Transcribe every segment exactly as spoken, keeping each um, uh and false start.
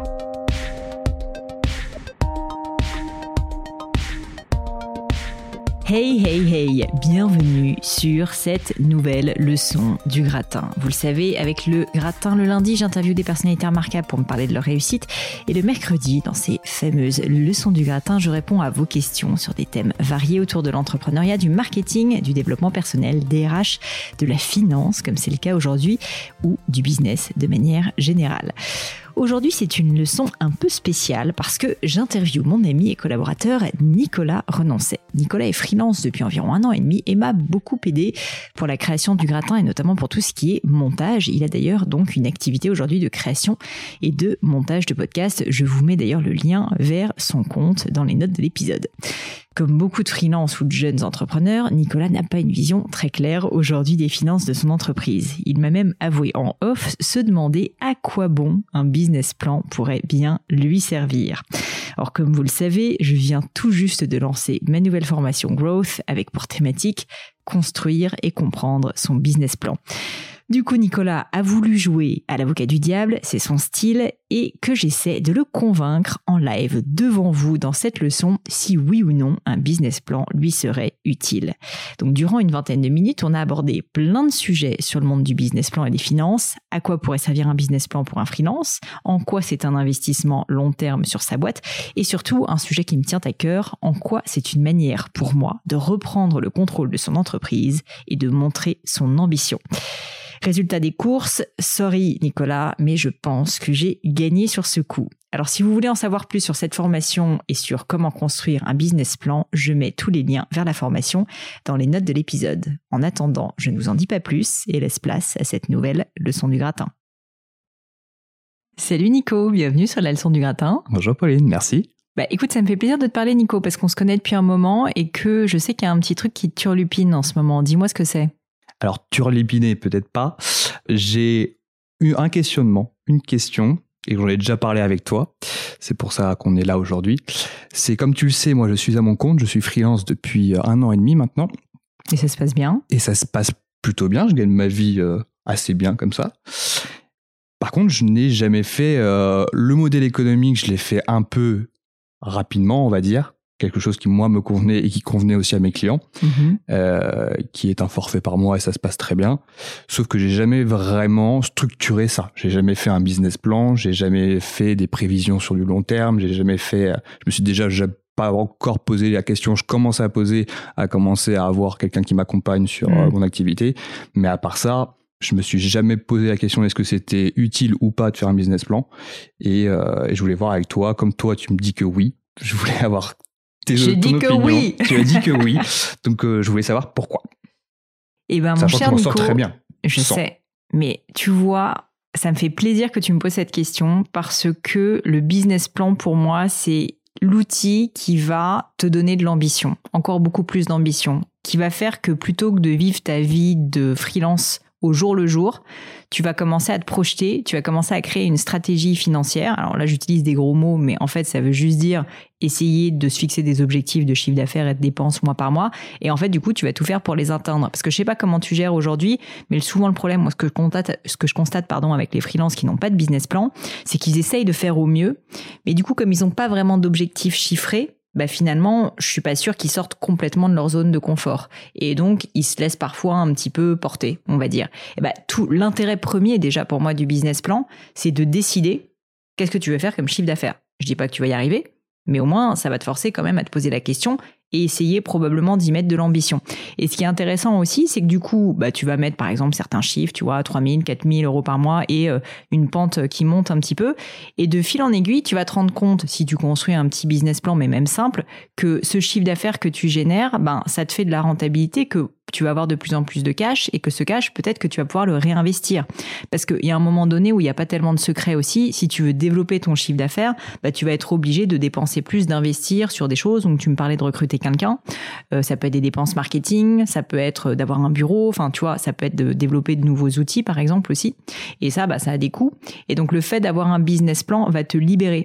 Hey, hey, hey, bienvenue sur cette nouvelle leçon du gratin. Vous le savez, avec le gratin le lundi, j'interviewe des personnalités remarquables pour me parler de leur réussite. Et le mercredi, dans ces fameuses leçons du gratin, je réponds à vos questions sur des thèmes variés autour de l'entrepreneuriat, du marketing, du développement personnel, des R H, de la finance, comme c'est le cas aujourd'hui, ou du business de manière générale. Aujourd'hui, c'est une leçon un peu spéciale parce que j'interviewe mon ami et collaborateur Nicolas Renoncet. Nicolas est freelance depuis environ un an et demi et m'a beaucoup aidé pour la création du gratin et notamment pour tout ce qui est montage. Il a d'ailleurs donc une activité aujourd'hui de création et de montage de podcasts. Je vous mets d'ailleurs le lien vers son compte dans les notes de l'épisode. Comme beaucoup de freelance ou de jeunes entrepreneurs, Nicolas n'a pas une vision très claire aujourd'hui des finances de son entreprise. Il m'a même avoué en off se demander à quoi bon un business plan pourrait bien lui servir. Alors comme vous le savez, je viens tout juste de lancer ma nouvelle formation Growth avec pour thématique construire et comprendre son business plan. Du coup, Nicolas a voulu jouer à l'avocat du diable, c'est son style, et que j'essaie de le convaincre en live devant vous dans cette leçon si oui ou non un business plan lui serait utile. Donc durant une vingtaine de minutes, on a abordé plein de sujets sur le monde du business plan et des finances, à quoi pourrait servir un business plan pour un freelance, en quoi c'est un investissement long terme sur sa boîte, et surtout un sujet qui me tient à cœur, en quoi c'est une manière pour moi de reprendre le contrôle de son entreprise et de montrer son ambition. Résultat des courses, sorry Nicolas, mais je pense que j'ai gagné sur ce coup. Alors si vous voulez en savoir plus sur cette formation et sur comment construire un business plan, je mets tous les liens vers la formation dans les notes de l'épisode. En attendant, je ne vous en dis pas plus et laisse place à cette nouvelle leçon du gratin. Salut Nico, bienvenue sur la leçon du gratin. Bonjour Pauline, merci. Bah écoute, ça me fait plaisir de te parler Nico parce qu'on se connaît depuis un moment et que je sais qu'il y a un petit truc qui te turlupine en ce moment. Dis-moi ce que c'est. Alors, turlupiner, peut-être pas. J'ai eu un questionnement, une question, et j'en ai déjà parlé avec toi. C'est pour ça qu'on est là aujourd'hui. C'est comme tu le sais, moi, je suis à mon compte. Je suis freelance depuis un an et demi maintenant. Et ça se passe bien ? Et ça se passe plutôt bien. Je gagne ma vie euh, assez bien comme ça. Par contre, je n'ai jamais fait euh, le modèle économique. Je l'ai fait un peu rapidement, on va dire. Quelque chose qui, moi, me convenait et qui convenait aussi à mes clients, mmh. euh, qui est un forfait par mois et ça se passe très bien. Sauf que j'ai jamais vraiment structuré ça. J'ai jamais fait un business plan, j'ai jamais fait des prévisions sur du long terme, j'ai jamais fait... Je me suis déjà pas encore posé la question, je commence à poser, à commencer à avoir quelqu'un qui m'accompagne sur mmh. euh, mon activité. Mais à part ça, je me suis jamais posé la question est-ce que c'était utile ou pas de faire un business plan. Et, euh, et je voulais voir avec toi, comme toi, tu me dis que oui, je voulais avoir... Tes, J'ai dit que opinion. oui. Tu as dit que oui. Donc, euh, je voulais savoir pourquoi. Eh ben, Sachant mon cher que Nico, sort très bien. je Sans. sais. Mais tu vois, ça me fait plaisir que tu me poses cette question parce que le business plan, pour moi, c'est l'outil qui va te donner de l'ambition. Encore beaucoup plus d'ambition. Qui va faire que plutôt que de vivre ta vie de freelance au jour le jour, tu vas commencer à te projeter, tu vas commencer à créer une stratégie financière. Alors là, j'utilise des gros mots, mais en fait, ça veut juste dire essayer de se fixer des objectifs de chiffre d'affaires et de dépenses mois par mois. Et en fait, du coup, tu vas tout faire pour les atteindre. Parce que je sais pas comment tu gères aujourd'hui, mais souvent le problème, moi, ce que je constate, ce que je constate, pardon, avec les freelances qui n'ont pas de business plan, c'est qu'ils essayent de faire au mieux. Mais du coup, comme ils n'ont pas vraiment d'objectifs chiffrés, bah finalement, je suis pas sûre qu'ils sortent complètement de leur zone de confort. Et donc, ils se laissent parfois un petit peu porter, on va dire. Et bah, tout l'intérêt premier, déjà, pour moi, du business plan, c'est de décider qu'est-ce que tu veux faire comme chiffre d'affaires. Je dis pas que tu vas y arriver, mais au moins, ça va te forcer quand même à te poser la question et essayer probablement d'y mettre de l'ambition. Et ce qui est intéressant aussi, c'est que du coup, bah, tu vas mettre par exemple certains chiffres, tu vois, trois mille, quatre mille euros par mois et euh, une pente qui monte un petit peu. Et de fil en aiguille, tu vas te rendre compte, si tu construis un petit business plan, mais même simple, que ce chiffre d'affaires que tu génères, ben, ça te fait de la rentabilité que tu vas avoir de plus en plus de cash et que ce cash, peut-être que tu vas pouvoir le réinvestir. Parce qu'il y a un moment donné où il n'y a pas tellement de secrets aussi. Si tu veux développer ton chiffre d'affaires, bah, tu vas être obligé de dépenser plus, d'investir sur des choses. Donc, tu me parlais de recruter quelqu'un. Euh, ça peut être des dépenses marketing, ça peut être d'avoir un bureau. Enfin, tu vois, ça peut être de développer de nouveaux outils, par exemple, aussi. Et ça, bah, ça a des coûts. Et donc, le fait d'avoir un business plan va te libérer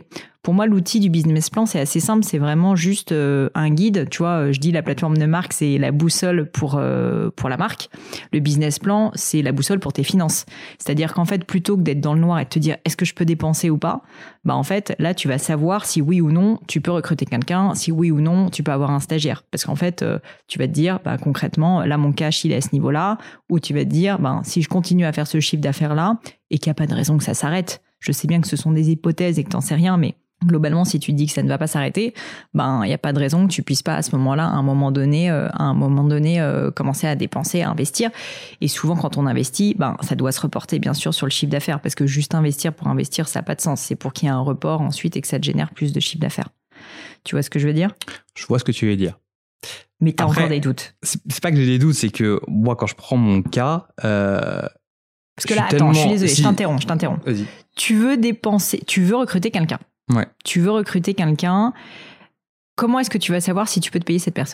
Pour moi, l'outil du business plan, c'est assez simple. C'est vraiment juste euh, un guide. Tu vois, je dis la plateforme de marque, c'est la boussole pour, euh, pour la marque. Le business plan, c'est la boussole pour tes finances. C'est-à-dire qu'en fait, plutôt que d'être dans le noir et de te dire est-ce que je peux dépenser ou pas, bah en fait, là, tu vas savoir si oui ou non, tu peux recruter quelqu'un, si oui ou non, tu peux avoir un stagiaire. Parce qu'en fait, euh, tu vas te dire, bah, concrètement, là, mon cash, il est à ce niveau-là. Ou tu vas te dire, bah, si je continue à faire ce chiffre d'affaires-là et qu'il n'y a pas de raison que ça s'arrête, je sais bien que ce sont des hypothèses et que tu n'en sais rien, mais globalement, si tu te dis que ça ne va pas s'arrêter, ben il n'y a pas de raison que tu puisses pas à ce moment-là, à un moment donné, euh, à un moment donné, euh, commencer à dépenser, à investir. Et souvent, quand on investit, ben ça doit se reporter bien sûr sur le chiffre d'affaires, parce que juste investir pour investir, ça n'a pas de sens. C'est pour qu'il y ait un report ensuite et que ça te génère plus de chiffre d'affaires. Tu vois ce que je veux dire ? Je vois ce que tu veux dire. Mais tu as Après, encore des doutes. C'est, c'est pas que j'ai des doutes, c'est que moi, quand je prends mon cas, euh, parce que là, attends, je suis désolée, si... je t'interromps, je t'interromps. Vas-y. Tu veux dépenser, tu veux recruter quelqu'un. Ouais. Tu veux recruter quelqu'un. Comment est-ce que tu vas savoir si tu peux te payer cette personne ?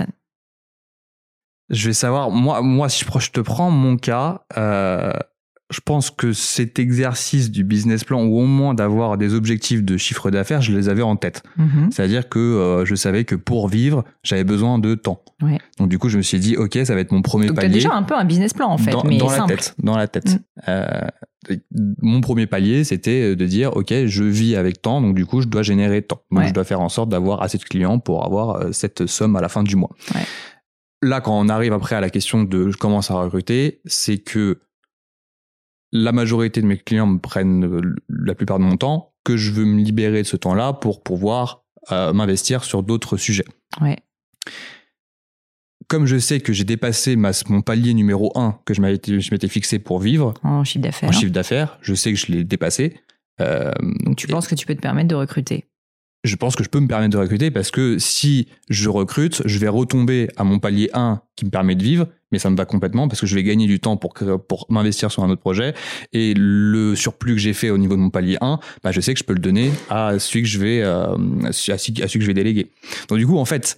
Je vais savoir. Moi, moi, si je te prends mon cas, euh, je pense que cet exercice du business plan, ou au moins d'avoir des objectifs de chiffre d'affaires, je les avais en tête. Mm-hmm. C'est-à-dire que euh, je savais que pour vivre, j'avais besoin de temps. Ouais. Donc du coup, je me suis dit, ok, ça va être mon premier Donc, palier. Donc, tu as déjà un peu un business plan, en fait, dans, mais dans simple. la tête. Dans la tête. Mm. Euh, mon premier palier, c'était de dire, ok, je vis avec temps, donc du coup, je dois générer temps. Donc, ouais. je dois faire en sorte d'avoir assez de clients pour avoir cette somme à la fin du mois. Ouais. Là, quand on arrive après à la question de je commence à recruter, c'est que la majorité de mes clients me prennent la plupart de mon temps, que je veux me libérer de ce temps-là pour pouvoir euh, m'investir sur d'autres sujets. Ouais. Comme je sais que j'ai dépassé ma, mon palier numéro un que je m'étais, je m'étais fixé pour vivre en chiffre d'affaires, en chiffre d'affaires, je sais que je l'ai dépassé. Euh, Donc tu penses que tu peux te permettre de recruter ? Je pense que je peux me permettre de recruter parce que si je recrute, je vais retomber à mon palier un qui me permet de vivre, mais ça me va complètement parce que je vais gagner du temps pour, pour m'investir sur un autre projet. Et le surplus que j'ai fait au niveau de mon palier un, bah je sais que je peux le donner à celui que je vais, euh, à celui, à celui que je vais déléguer. Donc du coup, en fait,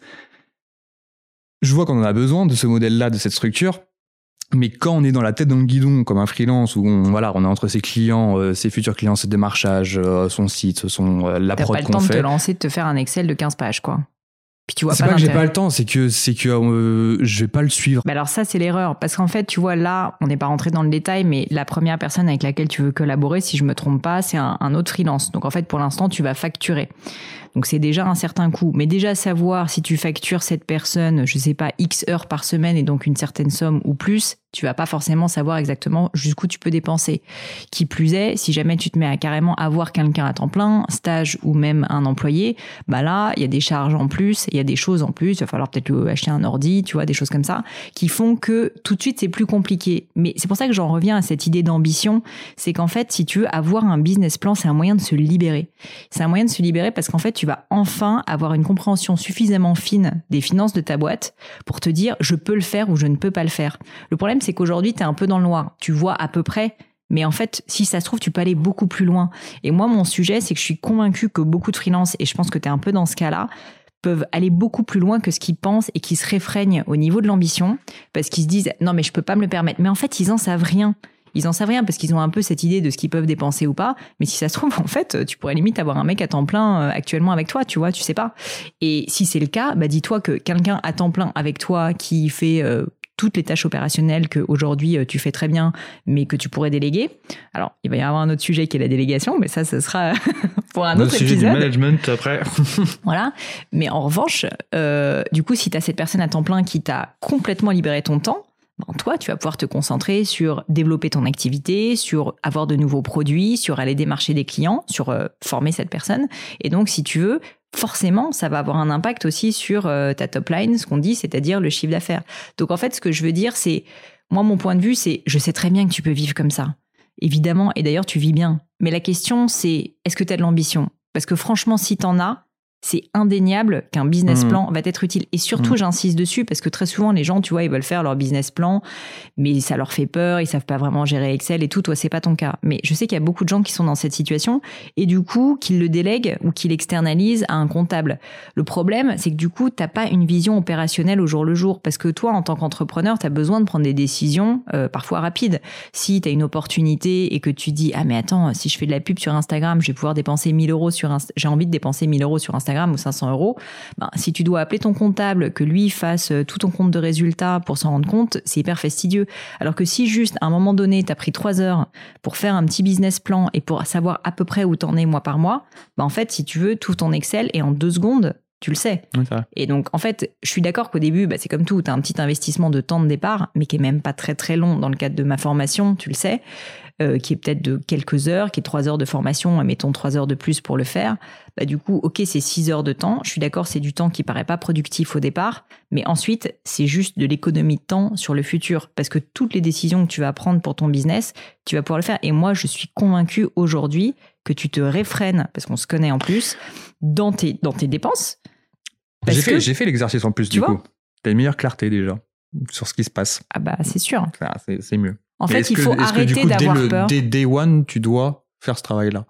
je vois qu'on en a besoin de ce modèle-là, de cette structure. Mais quand on est dans la tête dans le guidon, comme un freelance, où on, voilà, on est entre ses clients, euh, ses futurs clients, ses démarchages, euh, son site, son, euh, la T'as prod pas le qu'on temps fait. de te lancer, de te faire un Excel de quinze pages, quoi. Puis tu vois c'est pas, pas que l'intérêt. j'ai pas le temps, c'est que, c'est que euh, je vais pas le suivre. Bah alors ça, c'est l'erreur. Parce qu'en fait, tu vois, là, on n'est pas rentré dans le détail, mais la première personne avec laquelle tu veux collaborer, si je me trompe pas, c'est un, un autre freelance. Donc en fait, pour l'instant, tu vas facturer. Donc c'est déjà un certain coût. Mais déjà savoir si tu factures cette personne, je sais pas, X heures par semaine et donc une certaine somme ou plus, tu vas pas forcément savoir exactement jusqu'où tu peux dépenser. Qui plus est, si jamais tu te mets à carrément avoir quelqu'un à temps plein, stage ou même un employé, bah là, il y a des charges en plus, il y a des choses en plus, il va falloir peut-être lui acheter un ordi, tu vois, des choses comme ça, qui font que tout de suite, c'est plus compliqué. Mais c'est pour ça que j'en reviens à cette idée d'ambition, c'est qu'en fait, si tu veux avoir un business plan, c'est un moyen de se libérer. C'est un moyen de se libérer parce qu'en fait, tu vas enfin avoir une compréhension suffisamment fine des finances de ta boîte pour te dire, je peux le faire ou je ne peux pas le faire. Le problème, c'est qu'aujourd'hui, tu es un peu dans le noir. Tu vois à peu près, mais en fait, si ça se trouve, tu peux aller beaucoup plus loin. Et moi, mon sujet, c'est que je suis convaincue que beaucoup de freelances, et je pense que tu es un peu dans ce cas-là, peuvent aller beaucoup plus loin que ce qu'ils pensent et qui se réfrègnent au niveau de l'ambition parce qu'ils se disent « non, mais je peux pas me le permettre ». Mais en fait, ils en savent rien. Ils en savent rien parce qu'ils ont un peu cette idée de ce qu'ils peuvent dépenser ou pas. Mais si ça se trouve, en fait, tu pourrais limite avoir un mec à temps plein actuellement avec toi, tu vois, tu sais pas. Et si c'est le cas, bah dis-toi que quelqu'un à temps plein avec toi qui fait euh, toutes les tâches opérationnelles qu'aujourd'hui tu fais très bien, mais que tu pourrais déléguer. Alors, il va y avoir un autre sujet qui est la délégation, mais ça, ce sera pour un notre autre sujet épisode. Du management après. Voilà. Mais en revanche, euh, du coup, si tu as cette personne à temps plein qui t'a complètement libéré ton temps, ben toi, tu vas pouvoir te concentrer sur développer ton activité, sur avoir de nouveaux produits, sur aller démarcher des clients, sur euh, former cette personne. Et donc, si tu veux, forcément, ça va avoir un impact aussi sur euh, ta top line, ce qu'on dit, c'est-à-dire le chiffre d'affaires. Donc, en fait, ce que je veux dire, c'est, moi, mon point de vue, c'est, je sais très bien que tu peux vivre comme ça. Évidemment, et d'ailleurs, tu vis bien. Mais la question, c'est, est-ce que tu as de l'ambition ? Parce que franchement, si t'en as, c'est indéniable qu'un business Mmh. plan va être utile. Et surtout, mmh. j'insiste dessus parce que très souvent, les gens, tu vois, ils veulent faire leur business plan, mais ça leur fait peur, ils savent pas vraiment gérer Excel et tout. Toi, c'est pas ton cas. Mais je sais qu'il y a beaucoup de gens qui sont dans cette situation et du coup, qu'ils le délèguent ou qu'ils l'externalisent à un comptable. Le problème, c'est que du coup, t'as pas une vision opérationnelle au jour le jour parce que toi, en tant qu'entrepreneur, t'as besoin de prendre des décisions euh, parfois rapides. Si t'as une opportunité et que tu dis, ah mais attends, si je fais de la pub sur Instagram, je vais pouvoir dépenser mille euros sur Inst- j'ai envie de dépenser mille euros sur Instagram ou cinq cents euros, ben, si tu dois appeler ton comptable, que lui fasse tout ton compte de résultats pour s'en rendre compte, c'est hyper fastidieux. Alors que si juste, à un moment donné, t'as pris trois heures pour faire un petit business plan et pour savoir à peu près où t'en es mois par mois, ben, en fait, si tu veux, tout ton Excel et en deux secondes, tu le sais. Oui, ça. Et donc, en fait, je suis d'accord qu'au début, bah, c'est comme tout, t'as un petit investissement de temps de départ, mais qui est même pas très très long dans le cadre de ma formation, tu le sais. Euh, qui est peut-être de quelques heures, qui est trois heures de formation, mettons trois heures de plus pour le faire, bah du coup, ok, c'est six heures de temps. Je suis d'accord, c'est du temps qui paraît pas productif au départ, mais ensuite, c'est juste de l'économie de temps sur le futur, parce que toutes les décisions que tu vas prendre pour ton business, tu vas pouvoir le faire. Et moi, je suis convaincue aujourd'hui que tu te réfrènes, parce qu'on se connaît en plus, dans tes, dans tes dépenses. J'ai fait, j'ai fait l'exercice en plus, tu du vois coup. T'as une meilleure clarté déjà sur ce qui se passe. Ah bah, c'est sûr. Enfin, c'est, c'est mieux. En Mais fait, il que, faut arrêter que, coup, d'avoir dès le, peur. Dès day one, tu dois faire ce travail-là.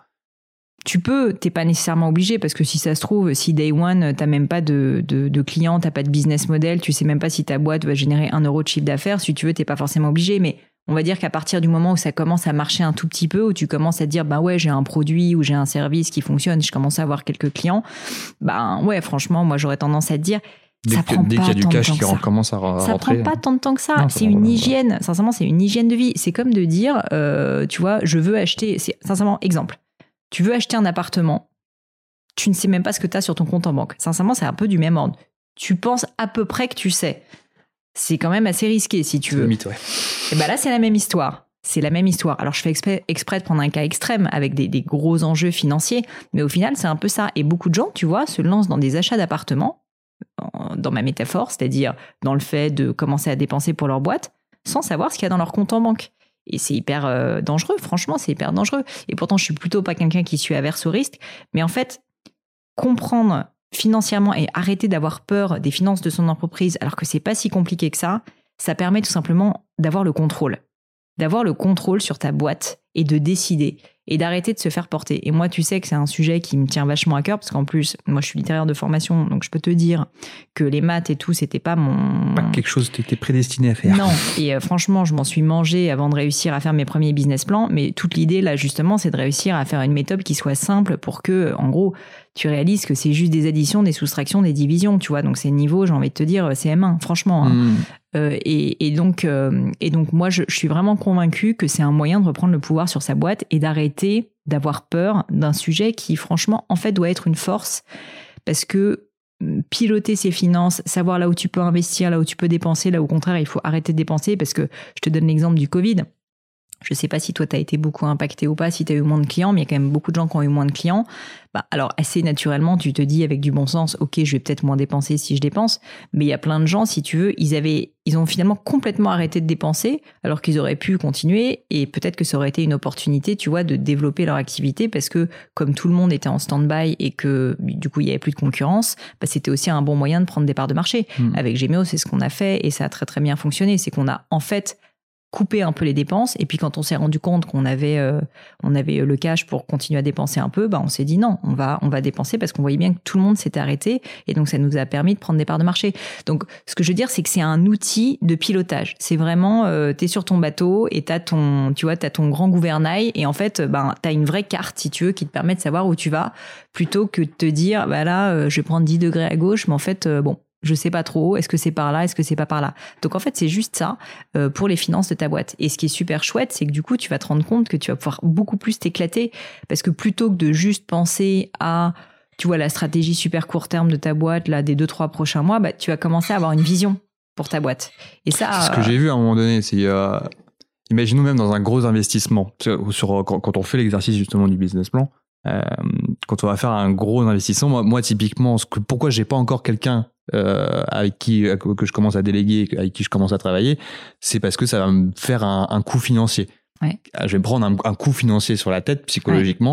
Tu peux, t'es pas nécessairement obligé parce que si ça se trouve, si day one, t'as même pas de, de, de clients, t'as pas de business model, tu sais même pas si ta boîte va générer un euro de chiffre d'affaires. Si tu veux, t'es pas forcément obligé. Mais on va dire qu'à partir du moment où ça commence à marcher un tout petit peu, où tu commences à te dire, bah ouais, j'ai un produit ou j'ai un service qui fonctionne, je commence à avoir quelques clients, bah ouais, franchement, moi j'aurais tendance à te dire, Dès, ça que, prend dès pas qu'il y a du tant cash de temps qui que ça. commence à rentrer. Ça prend pas tant de temps que ça. Non, c'est ça une va, hygiène. Ouais. Sincèrement, c'est une hygiène de vie. C'est comme de dire, euh, tu vois, je veux acheter. C'est, sincèrement, exemple. Tu veux acheter un appartement. Tu ne sais même pas ce que tu as sur ton compte en banque. Sincèrement, c'est un peu du même ordre. Tu penses à peu près que tu sais. C'est quand même assez risqué, si tu c'est veux. Limite, ouais. Et ben là, c'est la même histoire. C'est la même histoire. Alors, je fais exprès, exprès de prendre un cas extrême avec des, des gros enjeux financiers. Mais au final, c'est un peu ça. Et beaucoup de gens, tu vois, se lancent dans des achats d'appartements, dans ma métaphore, c'est-à-dire dans le fait de commencer à dépenser pour leur boîte, sans savoir ce qu'il y a dans leur compte en banque. Et c'est hyper euh, dangereux, franchement, c'est hyper dangereux. Et pourtant, je suis plutôt pas quelqu'un qui suis averse au risque. Mais en fait, comprendre financièrement et arrêter d'avoir peur des finances de son entreprise, alors que c'est pas si compliqué que ça, ça permet tout simplement d'avoir le contrôle. D'avoir le contrôle sur ta boîte et de décider et d'arrêter de se faire porter. Et moi, tu sais que c'est un sujet qui me tient vachement à cœur parce qu'en plus, moi, je suis littéraire de formation, donc je peux te dire que les maths et tout, c'était pas mon... Pas quelque chose que t'étais prédestiné à faire. Non, et euh, franchement, je m'en suis mangé avant de réussir à faire mes premiers business plans, mais toute l'idée, là, justement, c'est de réussir à faire une méthode qui soit simple pour que, en gros, tu réalises que c'est juste des additions, des soustractions, des divisions, tu vois. Donc, c'est le niveau, j'ai envie de te dire, c'est M un, franchement. Hein. Mmh. Euh, et, et, donc, euh, et donc, moi, je, je suis vraiment convaincue que c'est un moyen de reprendre le pouvoir sur sa boîte et d'arrêter d'avoir peur d'un sujet qui, franchement, en fait, doit être une force parce que piloter ses finances, savoir là où tu peux investir, là où tu peux dépenser, là où au contraire, il faut arrêter de dépenser parce que je te donne l'exemple du Covid. Je ne sais pas si toi, tu as été beaucoup impacté ou pas, si tu as eu moins de clients, mais il y a quand même beaucoup de gens qui ont eu moins de clients. Bah, alors, assez naturellement, tu te dis avec du bon sens, ok, je vais peut-être moins dépenser si je dépense, mais il y a plein de gens, si tu veux, ils avaient, ils ont finalement complètement arrêté de dépenser alors qu'ils auraient pu continuer et peut-être que ça aurait été une opportunité, tu vois, de développer leur activité parce que comme tout le monde était en stand-by et que du coup, il n'y avait plus de concurrence, bah, c'était aussi un bon moyen de prendre des parts de marché. Mmh. Avec Gémeaux, c'est ce qu'on a fait et ça a très très bien fonctionné. C'est qu'on a en fait couper un peu les dépenses et puis quand on s'est rendu compte qu'on avait euh, on avait le cash pour continuer à dépenser un peu, bah on s'est dit non, on va on va dépenser parce qu'on voyait bien que tout le monde s'était arrêté et donc ça nous a permis de prendre des parts de marché. Donc ce que je veux dire c'est que c'est un outil de pilotage. C'est vraiment euh, t'es sur ton bateau et t'as ton tu vois t'as ton grand gouvernail et en fait ben t'as une vraie carte si tu veux qui te permet de savoir où tu vas plutôt que de te dire bah là euh, je vais prendre dix degrés à gauche mais en fait euh, bon je sais pas trop, est-ce que c'est par là, est-ce que c'est pas par là. Donc en fait, c'est juste ça euh, pour les finances de ta boîte. Et ce qui est super chouette, c'est que du coup, tu vas te rendre compte que tu vas pouvoir beaucoup plus t'éclater parce que plutôt que de juste penser à, tu vois, la stratégie super court terme de ta boîte, là, des deux, trois prochains mois, bah, tu vas commencer à avoir une vision pour ta boîte. Et ça... C'est ce que j'ai vu à un moment donné, c'est... Euh, imaginons même dans un gros investissement, sur, sur, quand, quand on fait l'exercice justement du business plan, euh, quand on va faire un gros investissement, moi, moi typiquement, ce que, pourquoi j'ai pas encore quelqu'un Euh, avec qui que je commence à déléguer, avec qui je commence à travailler, c'est parce que ça va me faire un, un coût financier. Ouais. Je vais me prendre un, un coût financier sur la tête psychologiquement, ouais.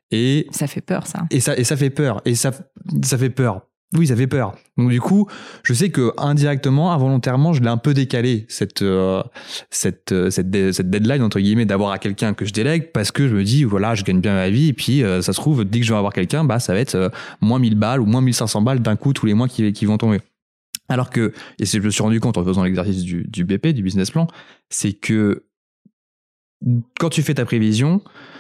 Et ça fait peur, ça. Et ça, et ça fait peur. Et ça, ça fait peur. Oui, ça fait peur. Donc du coup, je sais que indirectement, involontairement, je l'ai un peu décalé cette euh, cette cette, de, cette deadline entre guillemets d'avoir à quelqu'un que je délègue, parce que je me dis voilà, je gagne bien ma vie et puis euh, ça se trouve dès que je vais avoir quelqu'un, bah ça va être euh, moins mille balles ou moins mille cinq cents balles d'un coup tous les mois qui qui vont tomber. Alors que, et c'est je me suis rendu compte en faisant l'exercice du du B P, du business plan, c'est que quand tu fais ta prévision,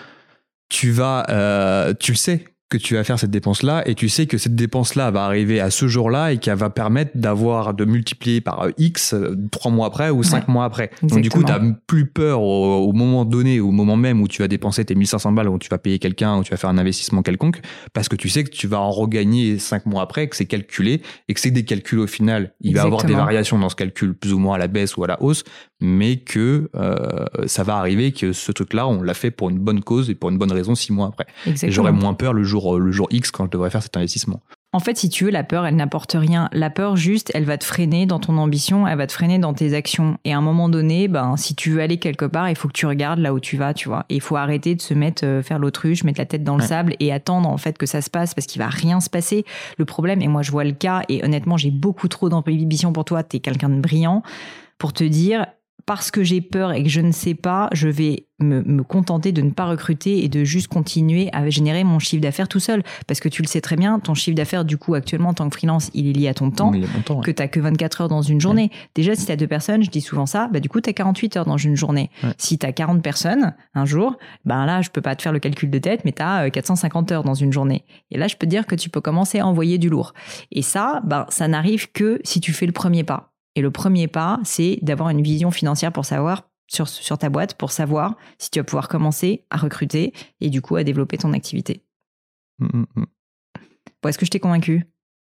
tu vas euh, tu le sais que tu vas faire cette dépense-là et tu sais que cette dépense-là va arriver à ce jour-là et qu'elle va permettre d'avoir, de multiplier par X trois mois après ou cinq ouais, mois après. Exactement. Donc du coup, tu n'as plus peur au, au moment donné, au moment même où tu vas dépenser tes mille cinq cents balles, où tu vas payer quelqu'un, où tu vas faire un investissement quelconque, parce que tu sais que tu vas en regagner cinq mois après, que c'est calculé et que c'est des calculs au final. Il Exactement. va y avoir des variations dans ce calcul, plus ou moins à la baisse ou à la hausse, mais que euh, ça va arriver que ce truc-là, on l'a fait pour une bonne cause et pour une bonne raison six mois après. Exactement. Et j'aurais moins peur le jour le jour X quand je devrais faire cet investissement. En fait, si tu veux, la peur, elle n'apporte rien. La peur, juste, elle va te freiner dans ton ambition, elle va te freiner dans tes actions. Et à un moment donné, ben, si tu veux aller quelque part, il faut que tu regardes là où tu vas, tu vois. Et il faut arrêter de se mettre, euh, faire l'autruche, mettre la tête dans le ouais. sable et attendre, en fait, que ça se passe, parce qu'il va rien se passer. Le problème, et moi, je vois le cas, et honnêtement, j'ai beaucoup trop d'ambition pour toi, t'es quelqu'un de brillant, pour te dire, parce que j'ai peur et que je ne sais pas, je vais me, me contenter de ne pas recruter et de juste continuer à générer mon chiffre d'affaires tout seul. Parce que tu le sais très bien, ton chiffre d'affaires, du coup, actuellement, en tant que freelance, il est lié à ton temps, oui, temps que ouais. tu n'as que vingt-quatre heures dans une journée. Ouais. Déjà, si tu as deux personnes, je dis souvent ça, bah, du coup, tu as quarante-huit heures dans une journée. Ouais. Si tu as quarante personnes un jour, ben là, je peux pas te faire le calcul de tête, mais tu as quatre cent cinquante heures dans une journée. Et là, je peux te dire que tu peux commencer à envoyer du lourd. Et ça, ben, ça n'arrive que si tu fais le premier pas. Et le premier pas, c'est d'avoir une vision financière pour savoir, sur, sur ta boîte, pour savoir si tu vas pouvoir commencer à recruter et du coup à développer ton activité. Mmh, mmh. Bon, est-ce que je t'ai convaincu ?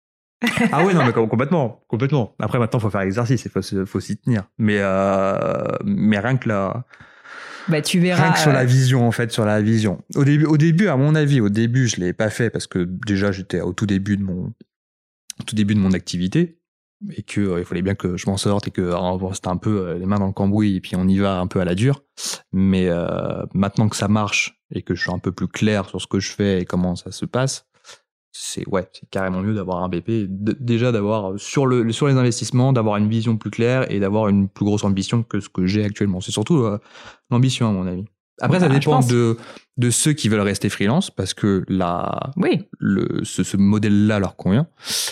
Ah oui, non, mais complètement, complètement. Après, maintenant, il faut faire l'exercice, il faut, faut s'y tenir. Mais, euh, mais rien que là... Bah, tu verras. Rien que sur la vision, en fait, sur la vision. Au début, au début, à mon avis, au début, je l'ai pas fait parce que déjà, j'étais au tout début de mon, au tout début de mon activité. Et que euh, il fallait bien que je m'en sorte et que alors, c'était un peu euh, les mains dans le cambouis et puis on y va un peu à la dure. Mais euh, maintenant que ça marche et que je suis un peu plus clair sur ce que je fais et comment ça se passe, c'est ouais, c'est carrément mieux d'avoir un B P. D- déjà d'avoir sur le sur les investissements, d'avoir une vision plus claire et d'avoir une plus grosse ambition que ce que j'ai actuellement. C'est surtout euh, l'ambition à mon avis. Après, ouais, ça dépend de de ceux qui veulent rester freelance parce que la oui. le ce, ce modèle-là leur convient.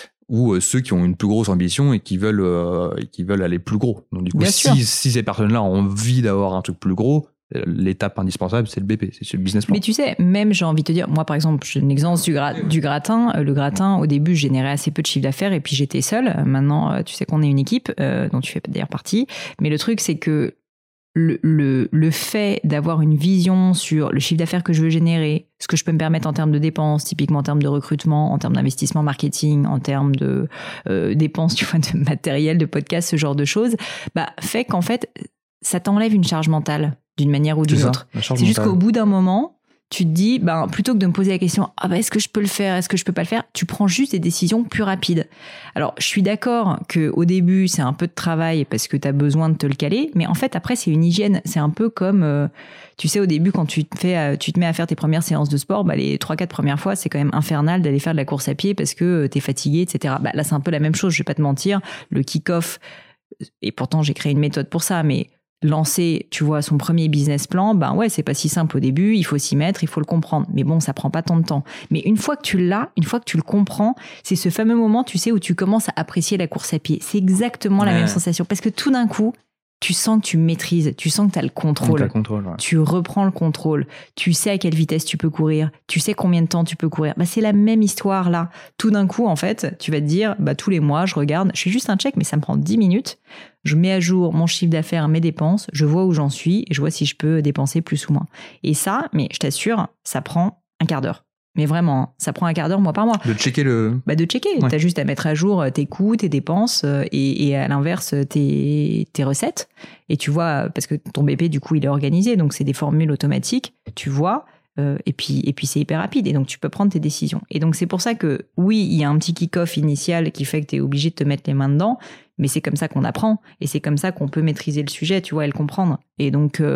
Ou ceux qui ont une plus grosse ambition et qui veulent euh, et qui veulent aller plus gros. Donc du coup, si, si ces personnes-là ont envie d'avoir un truc plus gros, l'étape indispensable, c'est le B P, c'est le business plan. Mais tu sais, même j'ai envie de te dire, moi par exemple, j'ai une exemple du, gra- du gratin. Le gratin, au début, je générais assez peu de chiffre d'affaires et puis j'étais seule. Maintenant, tu sais qu'on est une équipe, euh, dont tu fais d'ailleurs partie. Mais le truc, c'est que Le, le, le fait d'avoir une vision sur le chiffre d'affaires que je veux générer, ce que je peux me permettre en termes de dépenses, typiquement en termes de recrutement, en termes d'investissement marketing, en termes de euh, dépenses, tu vois, de matériel, de podcast, ce genre de choses, bah, fait qu'en fait, ça t'enlève une charge mentale d'une manière ou d'une ça, autre. C'est juste qu'au bout d'un moment, tu te dis, ben, plutôt que de me poser la question, ah ben, est-ce que je peux le faire, est-ce que je peux pas le faire, tu prends juste des décisions plus rapides. Alors, je suis d'accord qu'au début, c'est un peu de travail parce que tu as besoin de te le caler, mais en fait, après, c'est une hygiène. C'est un peu comme, euh, tu sais, au début, quand tu te, fais, tu te mets à faire tes premières séances de sport, bah, les trois quatre premières fois, c'est quand même infernal d'aller faire de la course à pied parce que tu es fatigué, et cetera. Bah, là, c'est un peu la même chose, je vais pas te mentir. Le kick-off, et pourtant, j'ai créé une méthode pour ça, mais lancer, tu vois, son premier business plan, ben ouais, c'est pas si simple au début, il faut s'y mettre, il faut le comprendre. Mais bon, ça prend pas tant de temps. Mais une fois que tu l'as, une fois que tu le comprends, c'est ce fameux moment, tu sais, où tu commences à apprécier la course à pied. C'est exactement la ouais. même sensation. Parce que tout d'un coup, tu sens que tu maîtrises, tu sens que tu as le contrôle. Le contrôle ouais. Tu reprends le contrôle. Tu sais à quelle vitesse tu peux courir. Tu sais combien de temps tu peux courir. Bah, c'est la même histoire là. Tout d'un coup, en fait, tu vas te dire, bah, tous les mois, je regarde, je fais juste un check, mais ça me prend dix minutes. Je mets à jour mon chiffre d'affaires, mes dépenses, je vois où j'en suis et je vois si je peux dépenser plus ou moins. Et ça, mais je t'assure, ça prend un quart d'heure. Mais vraiment, ça prend un quart d'heure mois par mois. De checker le... Bah de checker. Ouais. T'as juste à mettre à jour tes coûts, tes dépenses et, et à l'inverse, tes, tes recettes. Et tu vois, parce que ton B P, du coup, il est organisé. Donc, c'est des formules automatiques. Tu vois. Euh, et puis, et puis, c'est hyper rapide. Et donc, tu peux prendre tes décisions. Et donc, c'est pour ça que, oui, il y a un petit kick-off initial qui fait que t'es obligé de te mettre les mains dedans. Mais c'est comme ça qu'on apprend. Et c'est comme ça qu'on peut maîtriser le sujet, tu vois, et le comprendre. Et donc... Euh,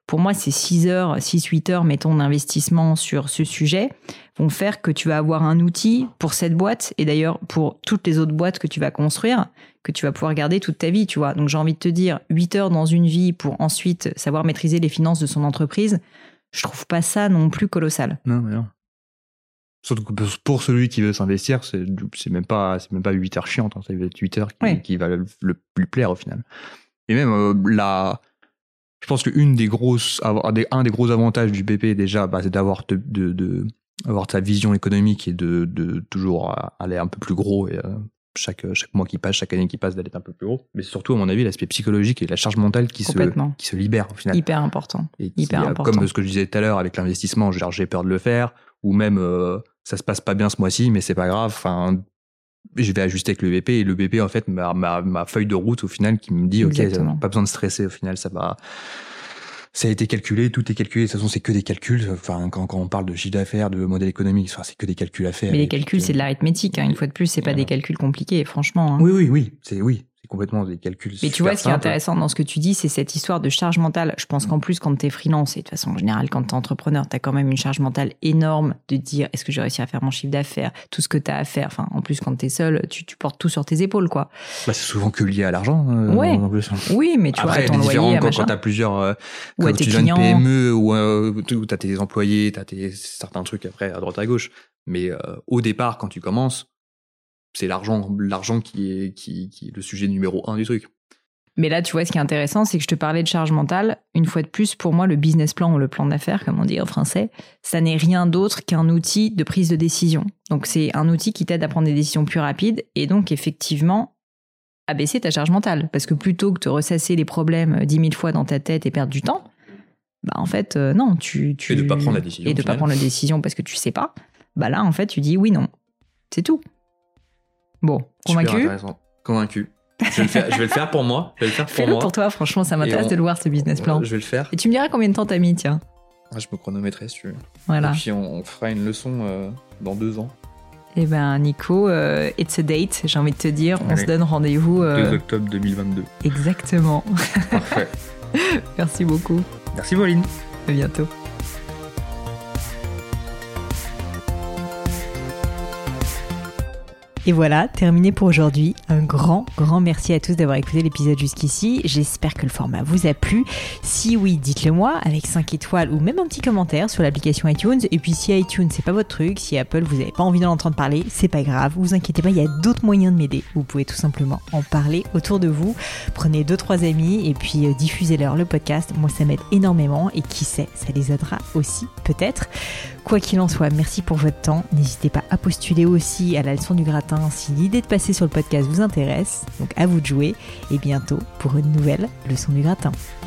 pour moi, ces six heures, six huit heures, mettons, d'investissement sur ce sujet vont faire que tu vas avoir un outil pour cette boîte et d'ailleurs pour toutes les autres boîtes que tu vas construire, que tu vas pouvoir garder toute ta vie, tu vois. Donc, j'ai envie de te dire, huit heures dans une vie pour ensuite savoir maîtriser les finances de son entreprise, je trouve pas ça non plus colossal. Non, mais non. Surtout que pour celui qui veut s'investir, c'est, c'est même pas, c'est même pas huit heures chiantes, hein, ça va être huit heures qui, ouais. qui va le, le plus plaire au final. Et même, euh, la, je pense qu'une des grosses, un des gros avantages du B P déjà, bah, c'est d'avoir de, de, de, avoir ta vision économique et de, de toujours aller un peu plus gros et euh, chaque, chaque mois qui passe, chaque année qui passe, d'aller un peu plus gros. Mais c'est surtout, à mon avis, l'aspect psychologique et la charge mentale qui se, qui se libère au final. Hyper important. Et qui, Hyper important. Comme ce que je disais tout à l'heure avec l'investissement, genre j'ai peur de le faire, ou même euh, ça se passe pas bien ce mois-ci, mais c'est pas grave. Enfin, je vais ajuster avec le B P et le B P en fait ma, ma, ma feuille de route au final qui me dit Exactement. ok, pas besoin de stresser au final, ça va. Ça a été calculé, tout est calculé. De toute façon, c'est que des calculs. Enfin, quand, quand on parle de chiffre d'affaires, de modèle économique, enfin, c'est que des calculs à faire. Mais les calculs, puis, c'est de l'arithmétique. Hein. Une fois de plus, c'est pas euh... des calculs compliqués, franchement. Hein. Oui, oui, oui. C'est oui. C'est complètement des calculs. Mais tu vois, ce qui est intéressant dans ce que tu dis, c'est cette histoire de charge mentale. Je pense qu'en plus, quand t'es freelance, et de façon générale, quand t'es entrepreneur, t'as quand même une charge mentale énorme de dire, est-ce que j'ai réussi à faire mon chiffre d'affaires, tout ce que t'as à faire. Enfin, en plus, quand t'es seul, tu, tu portes tout sur tes épaules, quoi. Bah, c'est souvent que lié à l'argent. Euh, ouais. En plus. Oui, mais tu Après, vois, ton loyer, quand, machin. quand t'as plusieurs, euh, ou quand à tes tu clients. P M E, ou euh, où t'as tes employés, t'as tes, certains trucs après à droite à gauche. Mais euh, au départ, quand tu commences, c'est l'argent, l'argent qui est, qui, qui est le sujet numéro un du truc. Mais là, tu vois, ce qui est intéressant, c'est que je te parlais de charge mentale. Une fois de plus, pour moi, le business plan ou le plan d'affaires, comme on dit en français, ça n'est rien d'autre qu'un outil de prise de décision. Donc, c'est un outil qui t'aide à prendre des décisions plus rapides et donc, effectivement, à baisser ta charge mentale. Parce que plutôt que de ressasser les problèmes dix mille fois dans ta tête et perdre du temps, bah, en fait, euh, non, tu, tu... Et de ne pas prendre la décision. Et de ne pas prendre la décision parce que tu sais pas. Bah là, en fait, tu dis oui, non. C'est tout. Bon, convaincu ? Super intéressant. Convaincu. Je vais, le faire, je vais le faire pour moi. Je vais le faire pour Fais-le moi. pour toi, franchement, ça m'intéresse on... de le voir, ce business plan. Je vais le faire. Et tu me diras combien de temps t'as mis, tiens. Ah, je me chronométrerai si tu veux. Voilà. Et puis on, on fera une leçon euh, dans deux ans. Eh ben, Nico, euh, it's a date, j'ai envie de te dire. Allez. On se donne rendez-vous. Euh... deux octobre deux mille vingt-deux. Exactement. Parfait. Merci beaucoup. Merci, Pauline. À bientôt. Et voilà, terminé pour aujourd'hui. Un grand, grand merci à tous d'avoir écouté l'épisode jusqu'ici. J'espère que le format vous a plu. Si oui, dites-le moi avec cinq étoiles ou même un petit commentaire sur l'application iTunes. Et puis si iTunes, c'est pas votre truc, si Apple, vous n'avez pas envie d'en entendre parler, c'est pas grave. Vous inquiétez pas, il y a d'autres moyens de m'aider. Vous pouvez tout simplement en parler autour de vous. Prenez deux, trois amis et puis euh, diffusez-leur le podcast. Moi, ça m'aide énormément et qui sait, ça les aidera aussi, peut-être. Quoi qu'il en soit, merci pour votre temps. N'hésitez pas à postuler aussi à la leçon du gratin si l'idée de passer sur le podcast vous intéresse. Donc à vous de jouer et bientôt pour une nouvelle leçon du gratin.